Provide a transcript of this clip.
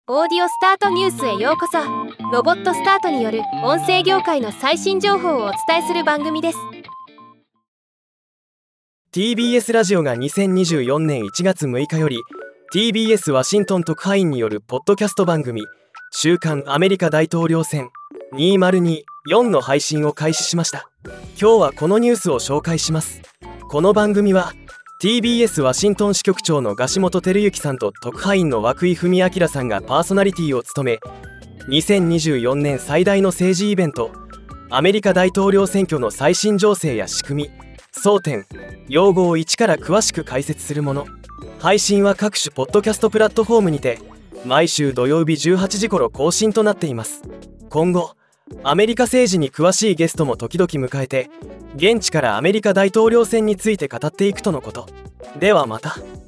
オーディオスタートニュースへようこそ。ロボットスタートによる音声業界の最新情報をお伝えする番組です。 TBS ラジオが2024年1月6日より TBS ワシントン特派員によるポッドキャスト番組週刊アメリカ大統領選2024の配信を開始しました。今日はこのニュースを紹介します。この番組は TBS ワシントン支局長の樫本照之さんと特派員の涌井文明さんがパーソナリティを務め、2024年最大の政治イベントアメリカ大統領選挙の最新情勢や仕組み、争点、用語を一から詳しく解説するもの。配信は各種ポッドキャストプラットフォームにて毎週土曜日18時頃更新となっています。今後アメリカ政治に詳しいゲストも時々迎えて、現地からアメリカ大統領選について語っていくとのこと。ではまた。